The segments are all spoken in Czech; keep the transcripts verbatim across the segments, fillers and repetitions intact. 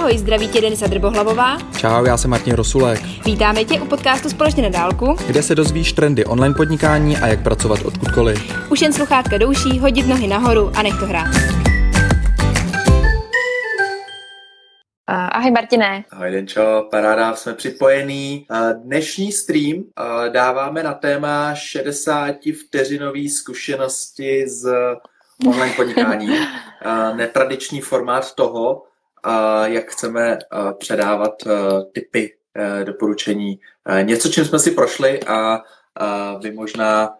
Ahoj, zdraví tě Denisa Drbohlavová. Čau, já jsem Martin Rosulek. Vítáme tě u podcastu Společně na dálku, kde se dozvíš trendy online podnikání a jak pracovat odkudkoliv. Už jen sluchátka do uší, hodit nohy nahoru a nech to hrát. Ahoj Martine. Ahoj Denčo, paráda, jsme připojení. Dnešní stream dáváme na téma šedesátivteřinový zkušenosti z online podnikání. Netradiční formát toho, jak chceme předávat tipy, doporučení. Něco, čím jsme si prošli a vy možná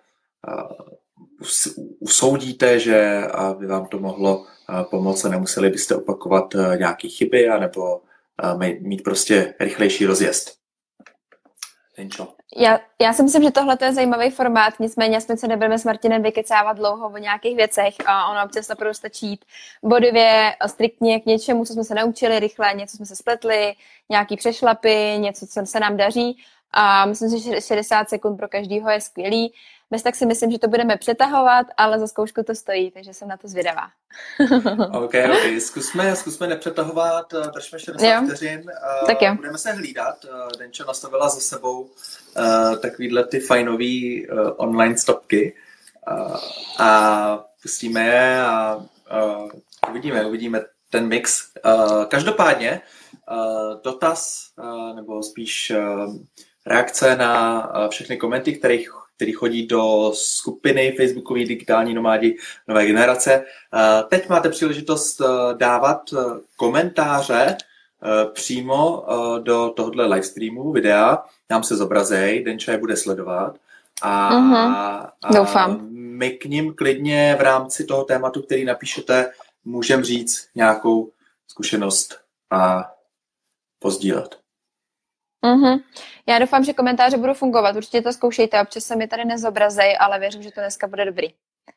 usoudíte, že by vám to mohlo pomoct a nemuseli byste opakovat nějaké chyby anebo mít prostě rychlejší rozjezd. Denčo. Já, já si myslím, že tohle je zajímavý formát, nicméně jsme se nebudeme s Martinem vykecávat dlouho o nějakých věcech a ono občas opravdu stačí jít bodově, striktně k něčemu, co jsme se naučili rychle, něco jsme se spletli, nějaký přešlapy, něco, co se nám daří a myslím si, že šedesát sekund pro každýho je skvělý. Bez tak si myslím, že to budeme přetahovat, ale za zkoušku to stojí, takže jsem na to zvědavá. OK, OK. Zkusme, zkusme nepřetahovat, držme šedesát vteřin. Tak jo. Budeme se hlídat. Denča nastavila za sebou uh, takovýhle ty fajnový uh, online stopky uh, a pustíme je a uh, uvidíme, uvidíme ten mix. Uh, každopádně uh, dotaz, uh, nebo spíš uh, reakce na uh, všechny komenty, kterých který chodí do skupiny Facebookové digitální nomádi nové generace. Teď máte příležitost dávat komentáře přímo do tohohle livestreamu, videa. Nám se zobrazej, Denča je bude sledovat. A, uh-huh. Doufám. A my k ním klidně v rámci toho tématu, který napíšete, můžeme říct nějakou zkušenost a pozdílet. Mm-hmm. Já doufám, že komentáře budou fungovat. Určitě to zkoušejte, občas se mi tady nezobrazej, ale věřím, že to dneska bude dobrý.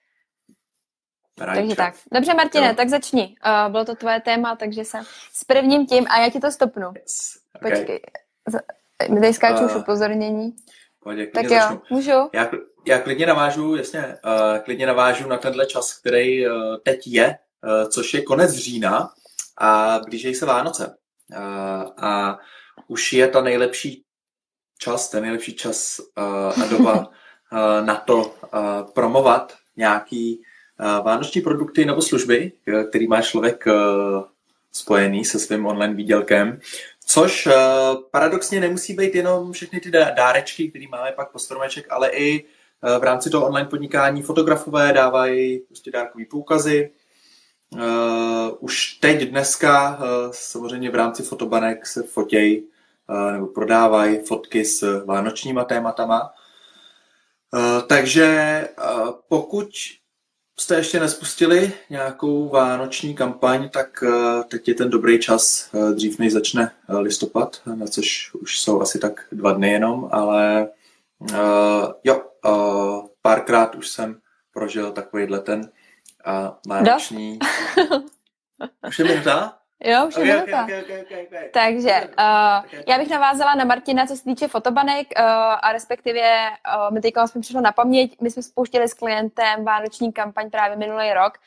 Rajča. Takže tak. Dobře, Martine, jo. Tak začni. Uh, bylo to tvoje téma, takže jsem s prvním tím a já ti to stopnu. Yes. Okay. Počkej. My tady skáču už uh, upozornění. Pojď, tak začnu. Jo, můžu? Já, já klidně navážu, jasně, uh, klidně navážu na tenhle čas, který uh, teď je, uh, což je konec října a blíží se Vánoce. Uh, a už je ta nejlepší čas, ten nejlepší čas uh, a doba uh, na to uh, promovat nějaký uh, vánoční produkty nebo služby, který má člověk uh, spojený se svým online výdělkem, což uh, paradoxně nemusí být jenom všechny ty dárečky, které máme pak po stromeček, ale i uh, v rámci toho online podnikání fotografové dávají prostě dárkový poukazy. Uh, už teď dneska uh, samozřejmě v rámci fotobanek se fotějí uh, nebo prodávají fotky s vánočníma tématama. Uh, takže uh, pokud jste ještě nespustili nějakou vánoční kampaň, tak uh, teď je ten dobrý čas, uh, dřív než začne uh, listopad, na což už jsou asi tak dva dny jenom, ale uh, jo, uh, párkrát už jsem prožil takovýhle ten a vánoční... Už je minuta? Jo, už je okay, minuta. Okay, okay, okay, okay. Takže uh, já bych navázala na Martina, co se týče fotobanek uh, a respektive uh, my teďka jsme přišlo na paměť, my jsme spouštěli s klientem vánoční kampaň právě minulý rok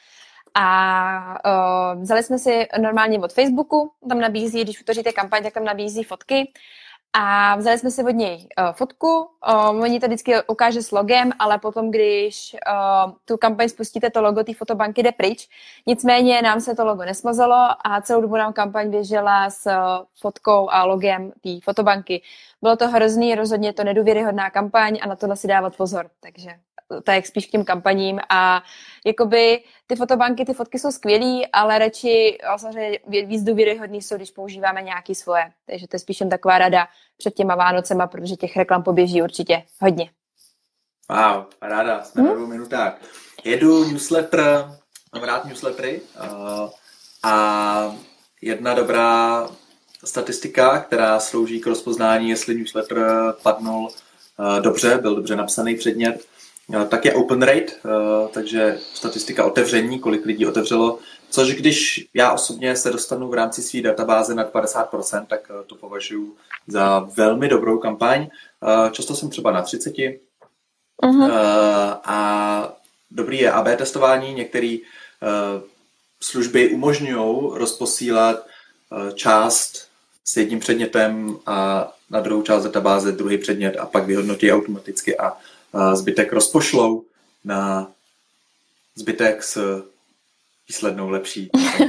a uh, vzali jsme si normálně od Facebooku, tam nabízí, když vytvoříte kampaň, tak tam nabízí fotky. A vzali jsme si od něj uh, fotku, uh, oni to vždycky ukáže s logem, ale potom, když uh, tu kampaň spustíte, to logo té fotobanky jde pryč. Nicméně nám se to logo nesmazalo a celou dobu nám kampaň běžela s uh, fotkou a logem té fotobanky. Bylo to hrozný, rozhodně to nedůvěryhodná kampaň a na tohle si dávat pozor, takže to je spíš k těm kampaním a jakoby ty fotobanky, ty fotky jsou skvělý, ale radši samozřejmě víc důvěryhodný jsou, když používáme nějaký svoje. Takže to je spíš jen taková rada před těma Vánocema, protože těch reklam poběží určitě hodně. Wow, ráda, jsme hmm? na dvou minutách. Jedu newsletter, mám rád newslettery uh, a jedna dobrá statistika, která slouží k rozpoznání, jestli newsletter padnul uh, dobře, byl dobře napsaný předmět, tak je open rate, takže statistika otevření, kolik lidí otevřelo, což když já osobně se dostanu v rámci své databáze nad padesát procent, tak to považuji za velmi dobrou kampaň. Často jsem třeba na třicet uh-huh. a dobrý je á bé testování, některé služby umožňují rozposílat část s jedním předmětem a na druhou část databáze druhý předmět a pak vyhodnotí automaticky a zbytek rozpošlou na zbytek s výslednou lepší.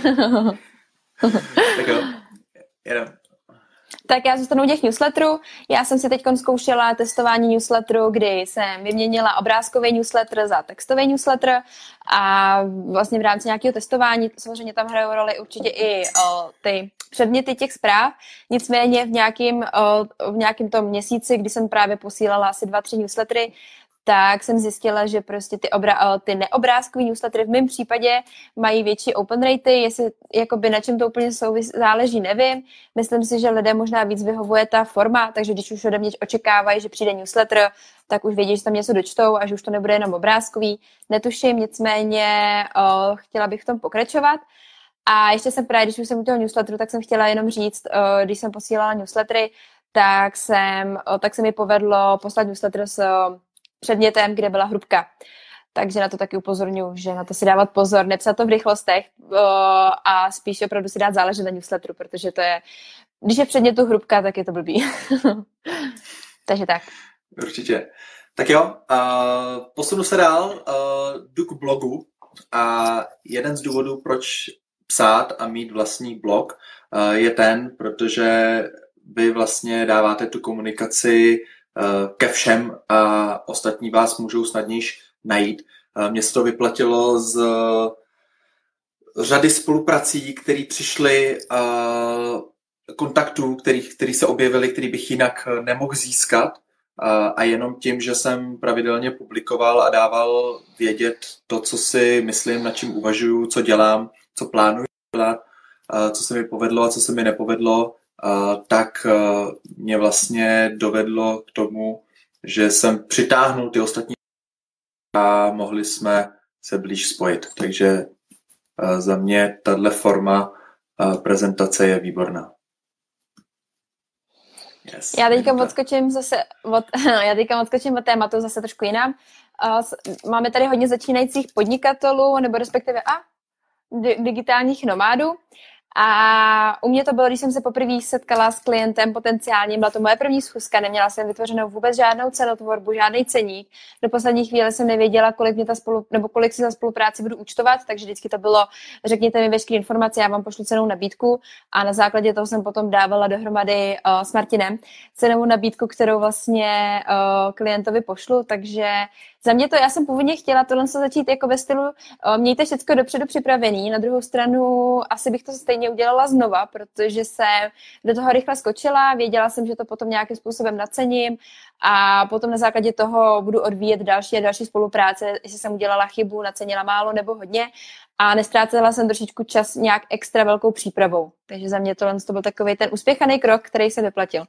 Tak jo, jedem. Tak já zůstanu u těch newsletterů. Já jsem si teď zkoušela testování newsletteru, kdy jsem vyměnila obrázkový newsletter za textový newsletter a vlastně v rámci nějakého testování samozřejmě tam hrajou roli určitě i o, ty předměty těch zpráv. Nicméně v nějakým, o, v nějakým tom měsíci, kdy jsem právě posílala asi dva, tři newslettery, tak jsem zjistila, že prostě ty, obra- ty neobrázkový newslettery v mém případě mají větší open ratey, jestli jakoby na čem to úplně souvis- záleží, nevím. Myslím si, že lidem možná víc vyhovuje ta forma, takže když už ode mě očekávají, že přijde newsletter, tak už vědí, že tam něco dočtou a že už to nebude jenom obrázkový. Netuším, nicméně o, chtěla bych v tom pokračovat. A ještě jsem právě, když už jsem u toho newsletteru, tak jsem chtěla jenom říct, o, když jsem posílala newslettery, tak jsem, o, tak se mi povedlo poslat newsletter s předmětem, kde byla hrubka. Takže na to taky upozorňuji, že na to si dávat pozor, nepsat to v rychlostech o, a spíš opravdu si dát záležet na newsletteru, protože to je, když je v předmětu hrubka, tak je to blbý. Takže tak. Určitě. Tak jo, uh, posunu se dál, uh, jdu k blogu a jeden z důvodů, proč psát a mít vlastní blog, uh, je ten, protože vy vlastně dáváte tu komunikaci ke všem a ostatní vás můžou snadněji najít. Mně se to vyplatilo z řady spoluprací, které přišly, kontaktů, který, který se objevily, který bych jinak nemohl získat a jenom tím, že jsem pravidelně publikoval a dával vědět to, co si myslím, nad čím uvažuju, co dělám, co plánuju dělat, co se mi povedlo a co se mi nepovedlo, Uh, tak uh, mě vlastně dovedlo k tomu, že jsem přitáhnul ty ostatní a mohli jsme se blíž spojit. Takže uh, za mě tahle forma uh, prezentace je výborná. Yes, já teďka odskočím zase od, já teďka odskočím od tématu zase trošku jinam. Uh, máme tady hodně začínajících podnikatelů, nebo respektive a di- digitálních nomádů. A u mě to bylo, když jsem se poprvé setkala s klientem potenciálním, byla to moje první schůzka, neměla jsem vytvořenou vůbec žádnou cenotvorbu, žádný ceník. Do poslední chvíle jsem nevěděla, kolik mě ta spolu, nebo kolik si za spolupráci budu účtovat, takže vždycky to bylo, řekněte mi veškeré informace, já vám pošlu cenou nabídku a na základě toho jsem potom dávala dohromady uh, s Martinem cenovou nabídku, kterou vlastně uh, klientovi pošlu, takže za mě to, já jsem původně chtěla tohle začít jako ve stylu, uh, mějte všechno dopředu připravený, na druhou stranu asi bych to stejně udělala znova, protože jsem do toho rychle skočila, věděla jsem, že to potom nějakým způsobem nacením a potom na základě toho budu odvíjet další a další spolupráce, jestli jsem udělala chybu, nacenila málo nebo hodně a nestrácela jsem trošičku čas nějak extra velkou přípravou. Takže za mě tohle to byl takový ten úspěchaný krok, který se vyplatil.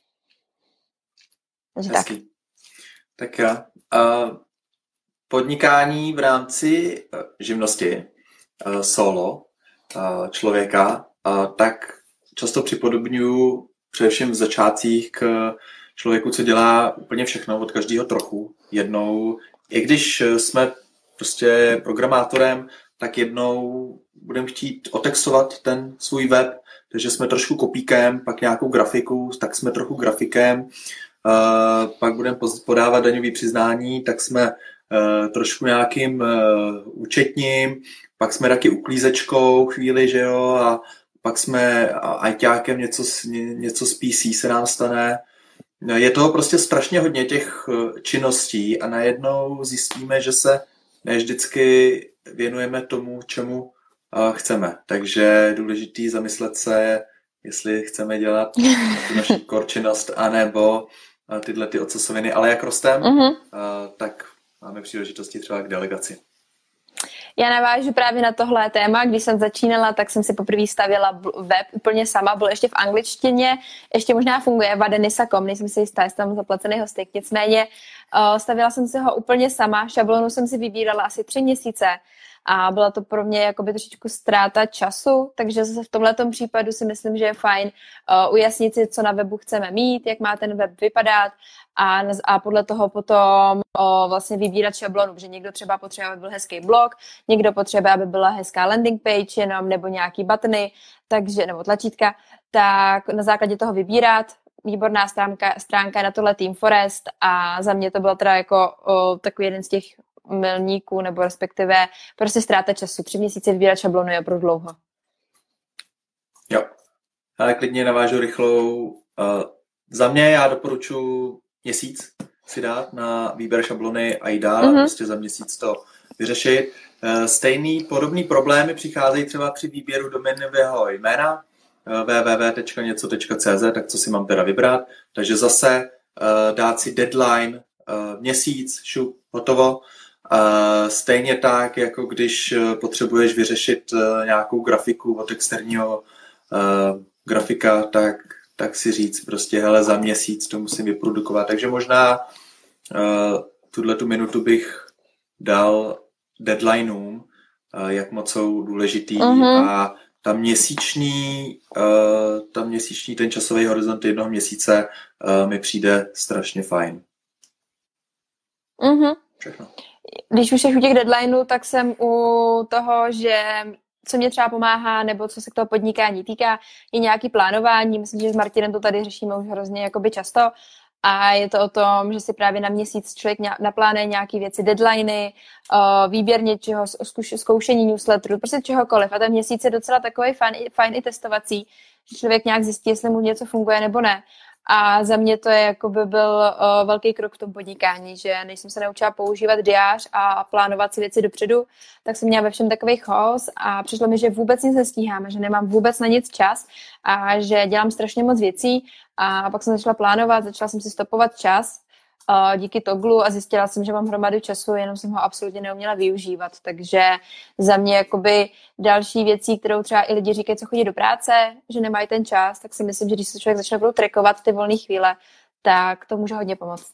Takže tak. Tak jo. Uh, podnikání v rámci uh, živnosti, uh, solo, člověka, tak často připodobňuji především v začátcích k člověku, co dělá úplně všechno, od každého trochu. Jednou, i když jsme prostě programátorem, tak jednou budeme chtít otextovat ten svůj web, takže jsme trošku kopíkem, pak nějakou grafiku, tak jsme trochu grafikem, pak budeme podávat daňové přiznání, tak jsme trošku nějakým účetním, pak jsme taky uklízečkou chvíli, že jo, a pak jsme ajťákem, něco, něco z P C se nám stane. Je toho prostě strašně hodně těch činností a najednou zjistíme, že se ne vždycky věnujeme tomu, čemu chceme. Takže je důležitý zamyslet se, jestli chceme dělat tu naši core činnost, anebo tyhle ty ocasoviny. Ale jak rostem, mm-hmm. tak máme příležitosti třeba k delegaci. Já navážu právě na tohle téma. Když jsem začínala, tak jsem si poprvé stavěla web úplně sama, byl ještě v angličtině, ještě možná funguje vadenisa tečka com, nejsem si jistá, jestli tam zaplacený hostek. Nicméně uh, stavěla jsem si ho úplně sama, šablonu jsem si vybírala asi tři měsíce a byla to pro mě jakoby trošičku ztráta času, takže zase v tomhletom případu si myslím, že je fajn uh, ujasnit si, co na webu chceme mít, jak má ten web vypadat a, a podle toho potom uh, vlastně vybírat šablonu, protože někdo třeba potřebuje, aby byl hezký blog, někdo potřebuje, aby byla hezká landing page jenom, nebo nějaký buttony, takže, nebo tlačítka, tak na základě toho vybírat. Výborná stránka, stránka na tohle Team Forest a za mě to byl teda jako o, takový jeden z těch milníků, nebo respektive prostě ztráta času. Tři měsíce vybírat šablonu je opravdu dlouho. Jo, ale klidně navážu rychlou. Uh, za mě já doporučuji měsíc si dát na výběr šablony a jít dál mm-hmm. a prostě za měsíc to vyřešit. Uh, stejný podobný problémy přicházejí třeba při výběru doménového jména, w w w tečka něco tečka c z, tak co si mám teda vybrat. Takže zase uh, dát si deadline uh, měsíc, šup, hotovo. Uh, stejně tak, jako když uh, potřebuješ vyřešit uh, nějakou grafiku od externího uh, grafika, tak, tak si říct prostě, hele, za měsíc to musím vyprodukovat. Takže možná uh, tuhle tu minutu bych dal deadlineům, uh, jak moc jsou důležitý uh-huh. a ta měsíční, uh, ta měsíční, ten časový horizont jednoho měsíce uh, mi přijde strašně fajn. Mm-hmm. Všechno. Když už jsi u těch deadlineů, tak jsem u toho, že co mě třeba pomáhá, nebo co se k toho podnikání týká, je nějaký plánování. Myslím, že s Martinem to tady řešíme už hrozně jakoby často. A je to o tom, že si právě na měsíc člověk naplánuje nějaké věci, deadliny, výběr něčeho, zkoušení newsletteru, prostě čehokoliv. A ten měsíc je docela takový fajn, fajn i testovací, že člověk nějak zjistí, jestli mu něco funguje nebo ne. A za mě to je, jako by byl uh, velký krok v tom podnikání, že než jsem se naučila používat diář a plánovat si věci dopředu, tak jsem měla ve všem takový chaos a přišlo mi, že vůbec nic nestíhám, že nemám vůbec na nic čas a že dělám strašně moc věcí a pak jsem začala plánovat, začala jsem si stopovat čas uh, díky Togglu a zjistila jsem, že mám hromadu času, jenom jsem ho absolutně neuměla využívat, takže za mě jakoby další věcí, kterou třeba i lidi říkají, co chodí do práce, že nemají ten čas, tak si myslím, že když se člověk začne trackovat ty volné chvíle, tak to může hodně pomoct.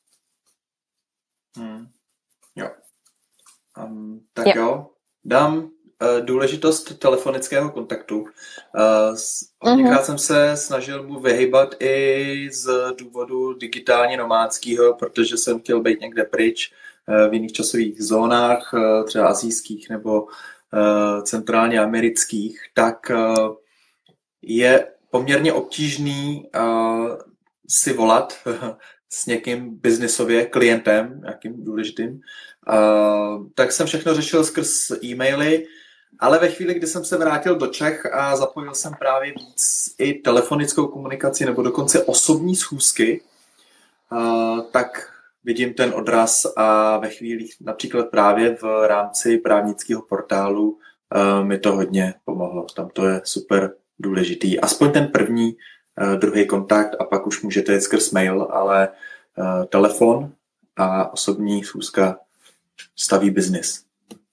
Hmm. Jo. Um, tak jo. jo, dám uh, důležitost telefonického kontaktu. Uh, hodněkrát uh-huh. jsem se snažil mu vyhybat i z důvodu digitálně nomádského, protože jsem chtěl být někde pryč uh, v jiných časových zónách, uh, třeba asijských nebo centrálně amerických, tak je poměrně obtížný si volat s někým biznisově, klientem, nějakým důležitým. Tak jsem všechno řešil skrz e-maily, ale ve chvíli, kdy jsem se vrátil do Čech a zapojil jsem právě víc i telefonickou komunikaci nebo dokonce osobní schůzky, tak vidím ten odraz a ve chvílích například právě v rámci právnického portálu uh, mi to hodně pomohlo. Tam to je super důležitý. Aspoň ten první, uh, druhý kontakt a pak už můžete jít skrz mail, ale uh, telefon a osobní schůzka staví biznis.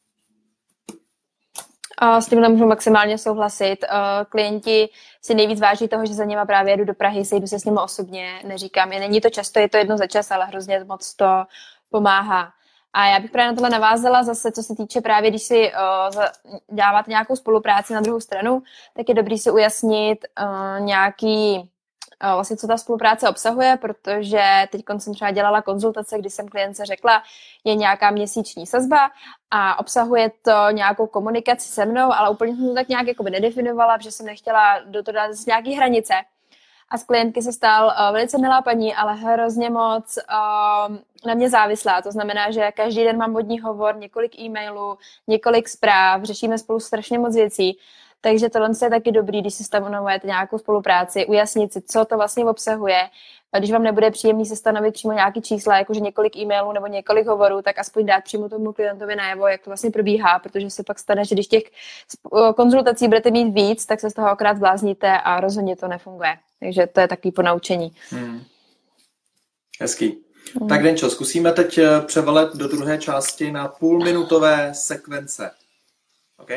S tím nemůžu maximálně souhlasit. Klienti si nejvíc váží toho, že za něma právě jedu do Prahy, sejdu se s nimi osobně, neříkám, je, není to často, je to jedno za čas, ale hrozně moc to pomáhá. A já bych právě na tohle navázala zase, co se týče právě, když si uh, dáváte nějakou spolupráci na druhou stranu, tak je dobrý si ujasnit uh, nějaký vlastně, co ta spolupráce obsahuje, protože teď jsem třeba dělala konzultace, kdy jsem klientce řekla, je nějaká měsíční sazba a obsahuje to nějakou komunikaci se mnou, ale úplně jsem to tak nějak jako by nedefinovala, protože jsem nechtěla do toho dát nějaký hranice. A z klientky se stal uh, velice milá paní, ale hrozně moc uh, na mě závislá. To znamená, že každý den mám od ní hovor, několik e-mailů, několik zpráv, řešíme spolu strašně moc věcí. Takže tohle je taky dobrý, když si stanovujete nějakou spolupráci, ujasnit si, co to vlastně obsahuje. A když vám nebude příjemný se stanovit přímo nějaký čísla, jakože několik e-mailů nebo několik hovorů, tak aspoň dát přímo tomu klientovi najevo, jak to vlastně probíhá, protože se pak stane, že když těch konzultací budete mít víc, tak se z toho akorát zblázníte a rozhodně to nefunguje. Takže to je takový ponaučení. Hmm. Hezký. Hmm. Tak Denčo, zkusíme teď převelet do druhé části na půlminutové sekvence. OK?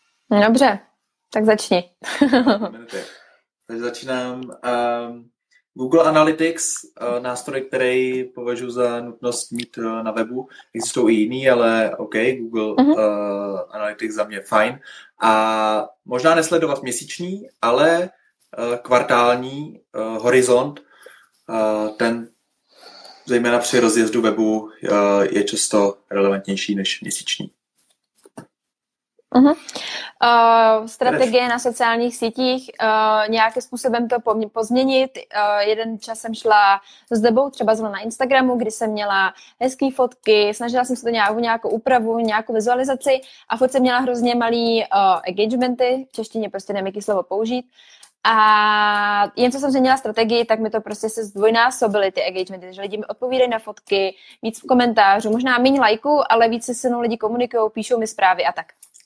Dobře. Tak začni. Takže začínám. Um, Google Analytics, uh, nástroj, který považuji za nutnost mít uh, na webu. Existují i jiný, ale OK, Google uh-huh. uh, Analytics za mě fajn. A možná nesledovat měsíční, ale uh, kvartální uh, horizont, uh, ten zejména při rozjezdu webu uh, je často relevantnější než měsíční. Uh-huh. Uh, strategie na sociálních sítích, uh, nějakým způsobem to po- pozměnit. Uh, jeden čas jsem šla s Debou, třeba zrovna na Instagramu, kdy jsem měla hezký fotky, snažila jsem se to nějakou, nějakou úpravu, nějakou vizualizaci a furt jsem měla hrozně malý uh, engagementy, v češtině prostě nevím, jaký slovo použít. A jen co jsem změnila strategii, tak mi to prostě se zdvojnásobily ty engagementy, že lidi mi odpovídají na fotky, víc v komentářů, možná méně lajků, ale víc se se mnou lidi komunikují, píšou mi zprávy a tak.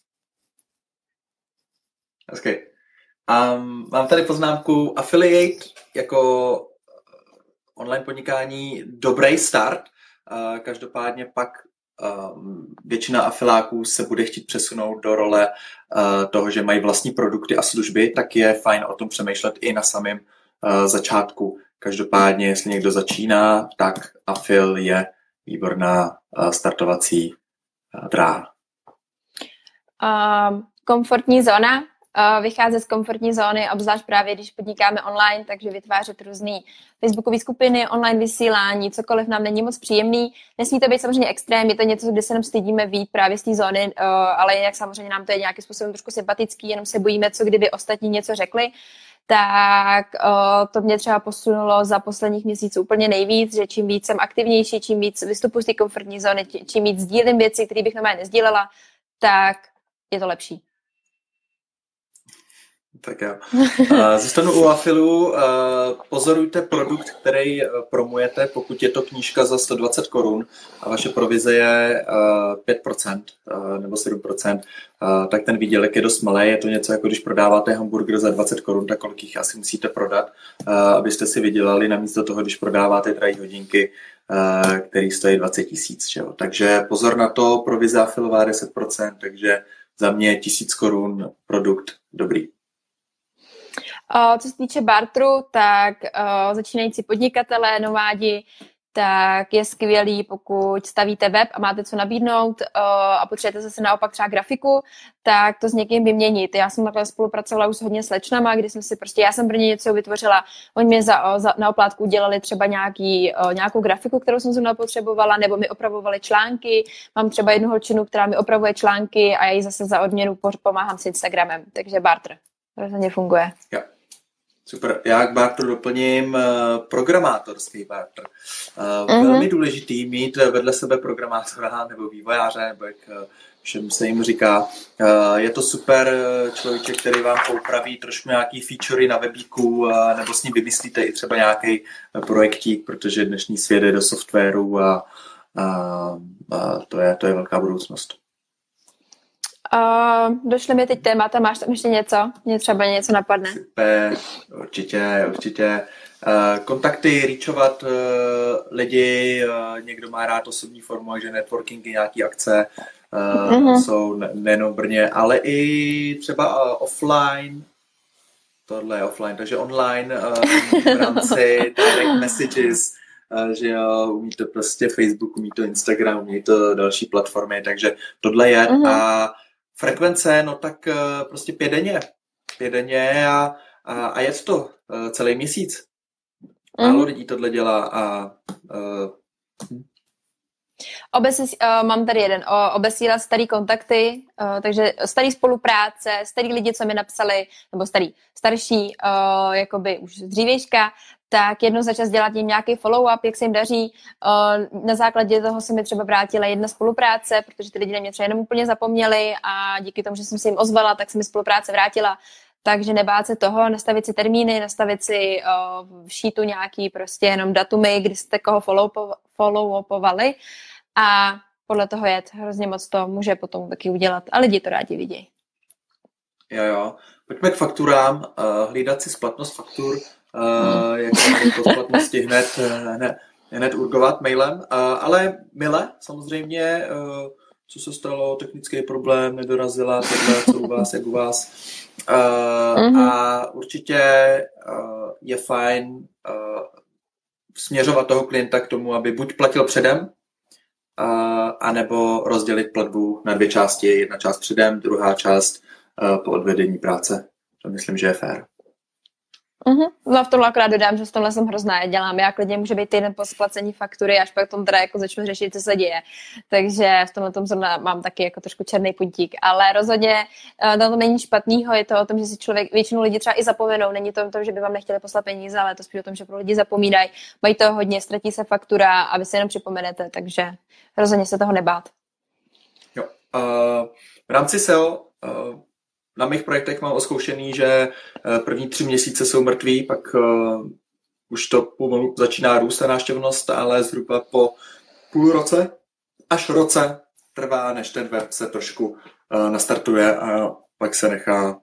Okay. Um, mám tady poznámku affiliate jako online podnikání dobrý start. Uh, každopádně pak um, většina afiláků se bude chtít přesunout do role uh, toho, že mají vlastní produkty a služby, tak je fajn o tom přemýšlet i na samém uh, začátku. Každopádně, jestli někdo začíná, tak afil je výborná uh, startovací uh, dráha. Um, komfortní zóna. Vycházet z komfortní zóny, obzvlášť právě, když podnikáme online, takže vytvářet různé facebookové skupiny, online vysílání, cokoliv nám není moc příjemný. Nesmí to být samozřejmě extrém, je to něco, kde se nám stydíme vyjít právě z té zóny, ale jinak samozřejmě nám to je nějakým způsobem trošku sympatický, jenom se bojíme, co kdyby ostatní něco řekli. Tak to mě třeba posunulo za posledních měsíců úplně nejvíc, že čím víc jsem aktivnější, čím víc vystupuji z té komfortní zóny, čím víc sdílím věci, které bych normálně nesdílela, tak je to lepší. Tak jo. Zůstanu u afilů. Pozorujte produkt, který promujete, pokud je to knížka za sto dvacet korun a vaše provize je pět procent nebo sedm procent, tak ten výdělek je dost malý. Je to něco jako když prodáváte hamburger za dvacet korun, tak kolik jich asi musíte prodat, abyste si vydělali namísto toho, když prodáváte drahé hodinky, který stojí dvacet tisíc. Takže pozor na to, provize afilová deset procent, takže za mě tisíc korun produkt dobrý. Co se týče barteru, tak uh, začínající podnikatelé, nomádi, tak je skvělý, pokud stavíte web a máte co nabídnout uh, a potřebujete zase naopak třeba grafiku, tak to s někým vyměnit. Já jsem takhle spolupracovala už hodně s slečnama, kdy jsem si prostě, já jsem pro ně něco vytvořila, oni mě za, za, na oplátku dělali třeba nějaký, uh, nějakou grafiku, kterou jsem zrovna potřebovala, nebo mi opravovali články. Mám třeba jednu holčinu, která mi opravuje články a já jí zase za odměnu pomáhám s Instagramem, takže barter. To za mě funguje. Jo. Super. Já k barteru doplním uh, programátorský barter. Uh, mm-hmm. Velmi důležitý mít vedle sebe programátora nebo vývojáře, nebo jak uh, všem se jim říká. Uh, je to super člověk, který vám poupraví trošku nějaký featurey na webíku, uh, nebo s ním vymyslíte i třeba nějaký uh, projektík, protože dnešní svět je do softwaru a, a, a to, je, to je velká budoucnost. Uh, došly mi teď témata, máš tam ještě něco? Mně třeba něco napadne. Super, určitě, určitě. Uh, kontakty, reachovat uh, lidi, uh, někdo má rád osobní formu, že networkingy, nějaký akce uh, uh-huh. jsou ne- nejenom v Brně, ale i třeba uh, offline, tohle je offline, takže online uh, v rámci direct messages, uh, že jo, umí to prostě Facebook, umí to Instagram, umí to další platformy, takže tohle je uh-huh. a frekvence, no tak uh, prostě pět denně. Pět denně a, a, a jet to uh, celý měsíc. Málo mm. lidí tohle dělá a... Uh, hm. Obesi, uh, mám tady jeden. O, obesílat starý kontakty, uh, takže starý spolupráce, starý lidi, co mi napsali, nebo starý, starší, uh, jakoby už z dřívějška, tak jednou za čas dělat jim nějaký follow-up, jak se jim daří. Uh, na základě toho se mi třeba vrátila jedna spolupráce, protože ty lidi na mě třeba jenom úplně zapomněli a díky tomu, že jsem se jim ozvala, tak se mi spolupráce vrátila. Takže nebát se toho, nastavit si termíny, nastavit si uh, v sheetu nějaký prostě jenom datumy, kdy jste koho follow-upovali a podle toho jet. Hrozně moc to může potom taky udělat a lidi to rádi vidějí. Jo, jo. Pojďme k fakturám. Uh, hlídat si splatnost faktur, uh, jak se po splatnosti hned, hned, hned urgovat mailem, uh, ale mile samozřejmě, uh, co se stalo, technický problém, nedorazila, tohle, co u vás, jak u vás. uh, mm-hmm. a určitě uh, je fajn uh, směřovat toho klienta k tomu, aby buď platil předem, uh, anebo rozdělit platbu na dvě části. Jedna část předem, druhá část uh, po odvedení práce. To myslím, že je fér. Uh-huh. No v tomhle akorát dodám, že v tomhle jsem hrozná, já dělám. Já klidně může být týden po splacení faktury, až pak tom teda jako začnu řešit, co se děje. Takže v tomhle tom zrovna mám taky jako trošku černý puntík. Ale rozhodně na tom není špatného, je to o tom, že si člověk, většinu lidí třeba i zapomenou. Není to o tom, že by vám nechtěli poslat peníze, ale je to spíš o tom, že pro lidi zapomínají. Mají toho hodně, ztratí se faktura a vy si jenom připomenete, takže rozhodně se toho nebát. Jo. Uh, v rámci S E O uh... na mých projektech mám oskoušený, že první tři měsíce jsou mrtví, pak uh, už to pomalu začíná růst ta návštěvnost, ale zhruba po půl roce až roce trvá, než ten web se trošku uh, nastartuje a pak se nechá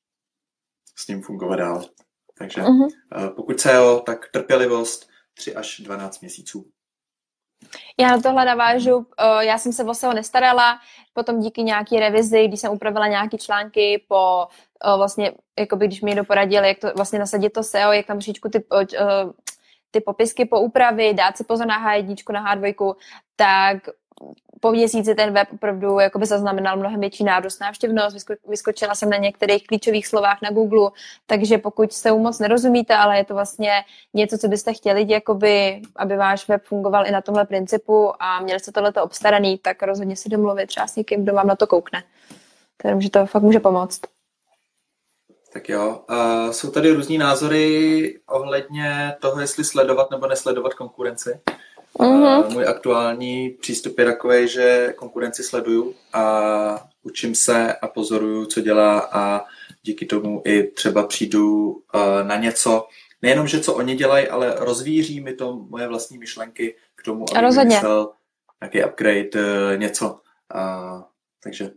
s ním fungovat dál. Takže uh-huh. uh, pokud S E O, tak trpělivost tři až dvanáct měsíců. Já na tohle navážu, já jsem se o S E O nestarala, potom díky nějaký revizi, když jsem upravila nějaký články po vlastně, jakoby když mi někdo poradil, jak to vlastně nasadit to S E O, jak tam trošičku ty, ty popisky po úpravy, dát si pozor na H jedna, na H dva, tak po měsíci ten web opravdu jakoby zaznamenal mnohem větší nárůst návštěvnost, vyskočila jsem na některých klíčových slovách na Google, takže pokud se mu moc nerozumíte, ale je to vlastně něco, co byste chtěli, jakoby, aby váš web fungoval i na tomhle principu a měli jste tohleto obstaraný, tak rozhodně si domluvit třeba s někým, kdo vám na to koukne. Takže to fakt může pomoct. Tak jo, uh, jsou tady různý názory ohledně toho, jestli sledovat nebo nesledovat konkurenci. Uh-huh. Můj aktuální přístup je takový, že konkurenci sleduju a učím se a pozoruju, co dělá a díky tomu i třeba přijdu uh, na něco, nejenom, že co oni dělají, ale rozvíří mi to moje vlastní myšlenky k tomu, aby vymyslel nějaký upgrade, uh, něco. Uh, takže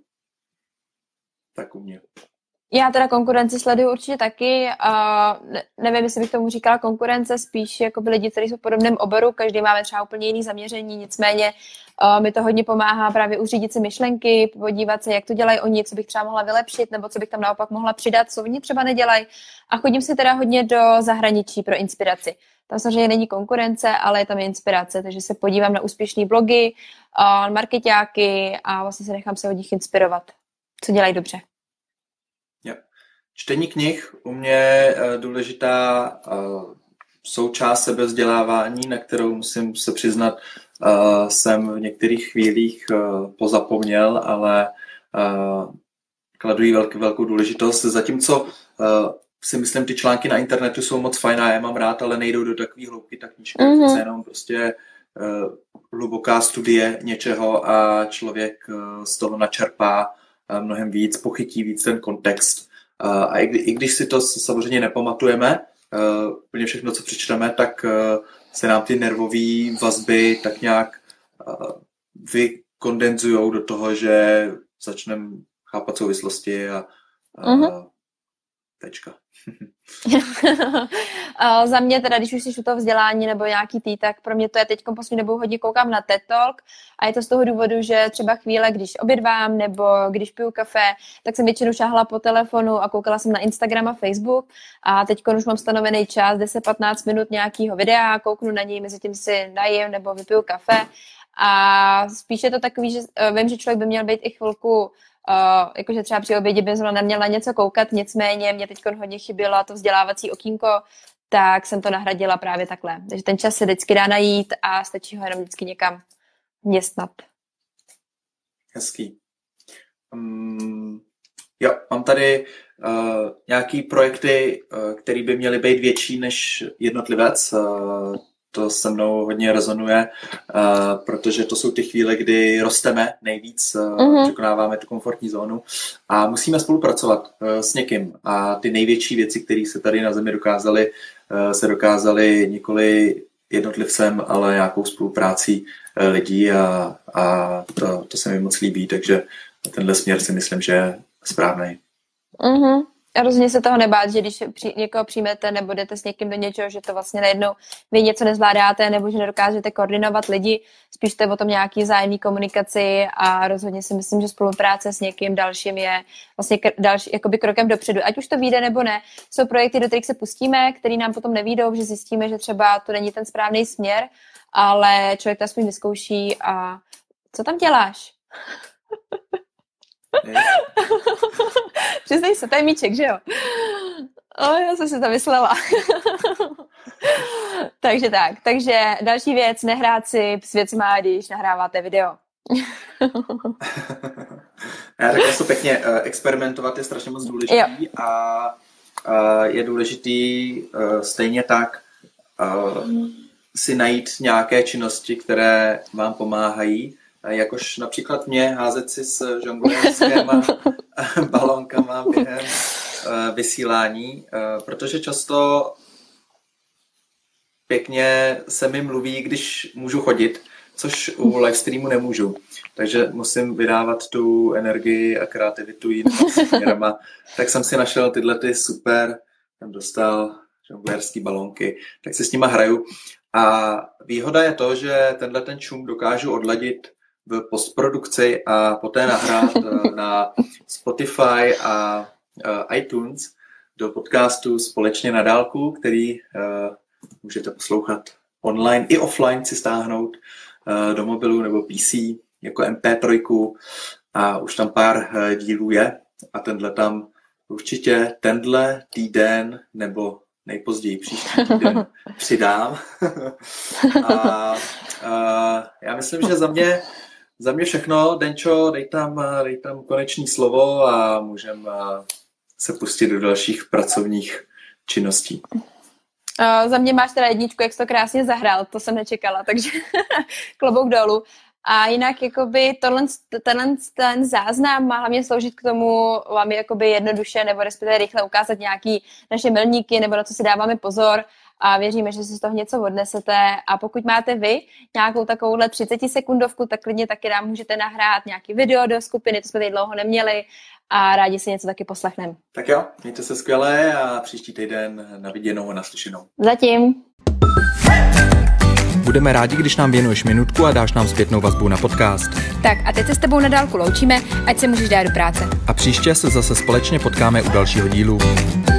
tak u mě. Já teda konkurenci sleduju určitě taky. Uh, ne, nevím, jestli bych tomu říkala konkurence, spíš jako by lidi, kteří jsou v podobném oboru, každý máme třeba úplně jiný zaměření, nicméně uh, mi to hodně pomáhá právě uřídit si myšlenky, podívat se, jak to dělají oni, co bych třeba mohla vylepšit, nebo co bych tam naopak mohla přidat, co oni třeba nedělají. A chodím si teda hodně do zahraničí pro inspiraci. Tam samozřejmě není konkurence, ale je tam inspirace, takže se podívám na úspěšné blogy, uh, markeťáky a vlastně se nechám se od nich inspirovat, co dělají dobře. Čtení knih u mě je důležitá součást sebevzdělávání, na kterou musím se přiznat, jsem v některých chvílích pozapomněl, ale kladu jí velkou, velkou důležitost. Zatímco si myslím, ty články na internetu jsou moc fajná, já mám rád, ale nejdou do takové hloubky, ta knížka je mm-hmm. jenom prostě hluboká studie něčeho a člověk z toho načerpá mnohem víc, pochytí víc ten kontext. A i, kdy, i když si to samozřejmě nepamatujeme, úplně všechno, co přečteme, tak se nám ty nervové vazby tak nějak vykondenzujou do toho, že začneme chápat souvislosti a, a uh-huh. tečka. Za mě teda, když už jsi u toho vzdělání nebo nějaký tý, tak pro mě to je teď poslední dobou hodně koukám na TED Talk a je to z toho důvodu, že třeba chvíle, když obědvám nebo když piju kafe, tak jsem většinou šáhla po telefonu a koukala jsem na Instagram a Facebook a teď už mám stanovený čas deset patnáct minut nějakého videa, kouknu na něj, mezi tím si najím nebo vypiju kafe a spíš je to takový, že vím, že člověk by měl být i chvilku Uh, jakože třeba při obědě by zrovna neměla něco koukat, nicméně mě teď hodně chybělo to vzdělávací okýnko, tak jsem to nahradila právě takhle. Takže ten čas se vždycky dá najít a stačí ho jenom vždycky někam městnat. Hezký. Um, jo, mám tady uh, nějaký projekty, uh, které by měly být větší než jednotlivec. Uh, To se mnou hodně rezonuje, uh, protože to jsou ty chvíle, kdy rosteme nejvíc, uh, uh-huh. překonáváme tu komfortní zónu a musíme spolupracovat uh, s někým. A ty největší věci, které se tady na Zemi dokázaly, uh, se dokázaly nikoli jednotlivcem, ale nějakou spoluprácí uh, lidí a, a to, to se mi moc líbí, takže tenhle směr si myslím, že je správnej. Uh-huh. A rozhodně se toho nebát, že když při, někoho přijmete nebo jdete s někým do něčeho, že to vlastně najednou vy něco nezvládáte nebo že nedokážete koordinovat lidi, spíš to je o tom nějaký vzájemný komunikaci a rozhodně si myslím, že spolupráce s někým dalším je vlastně další, jakoby krokem dopředu. Ať už to vyjde nebo ne, jsou projekty, do kterých se pustíme, který nám potom nevyjdou, že zjistíme, že třeba to není ten správný směr, ale člověk to aspoň vyzkouší a co tam děláš? Přiznej se, to je míček, že jo? O, já jsem si to myslela. Takže tak, takže další věc, nehrát si s věcma, když nahráváte video. Já takhle to pěkně, experimentovat je strašně moc důležitý jo. a je důležitý stejně tak si najít nějaké činnosti, které vám pomáhají, jakož například mě házet si s žonglerskýma balonkama během vysílání, protože často pěkně se mi mluví, když můžu chodit, což u livestreamu nemůžu. Takže musím vydávat tu energii a kreativitu jinými směrama. Tak jsem si našel tyhle ty super, jsem dostal žonglerský balonky, tak si s nima hraju. A výhoda je to, že tenhle ten šum dokážu odladit v postprodukci a poté nahrát na Spotify a iTunes do podcastu Společně na dálku, který můžete poslouchat online i offline, si stáhnout do mobilu nebo P C jako em pé tři a už tam pár dílů je a tenhle tam určitě tenhle týden nebo nejpozději příští týden přidám. a, a já myslím, že za mě Za mě všechno. Denčo, dej tam, dej tam konečné slovo a můžeme se pustit do dalších pracovních činností. Uh, za mě máš teda jedničku, jak jsi to krásně zahrál, to jsem nečekala, takže klobouk dolů. A jinak jakoby tohle, tenhle, ten záznam má hlavně sloužit k tomu vám jakoby jednoduše nebo respektive rychle ukázat nějaký naše milníky nebo na co si dáváme pozor a věříme, že si z toho něco odnesete a pokud máte vy nějakou takovouhle třicet sekundovku, tak klidně taky nám můžete nahrát nějaký video do skupiny, to jsme tady dlouho neměli a rádi si něco taky poslechneme. Tak jo, mějte se skvěle a příští týden na viděnou a naslyšenou. Zatím. Budeme rádi, když nám věnuješ minutku a dáš nám zpětnou vazbu na podcast. Tak a teď se s tebou na dálku loučíme, ať se můžeš dát do práce. A příště se zase společně potkáme u dalšího dílu.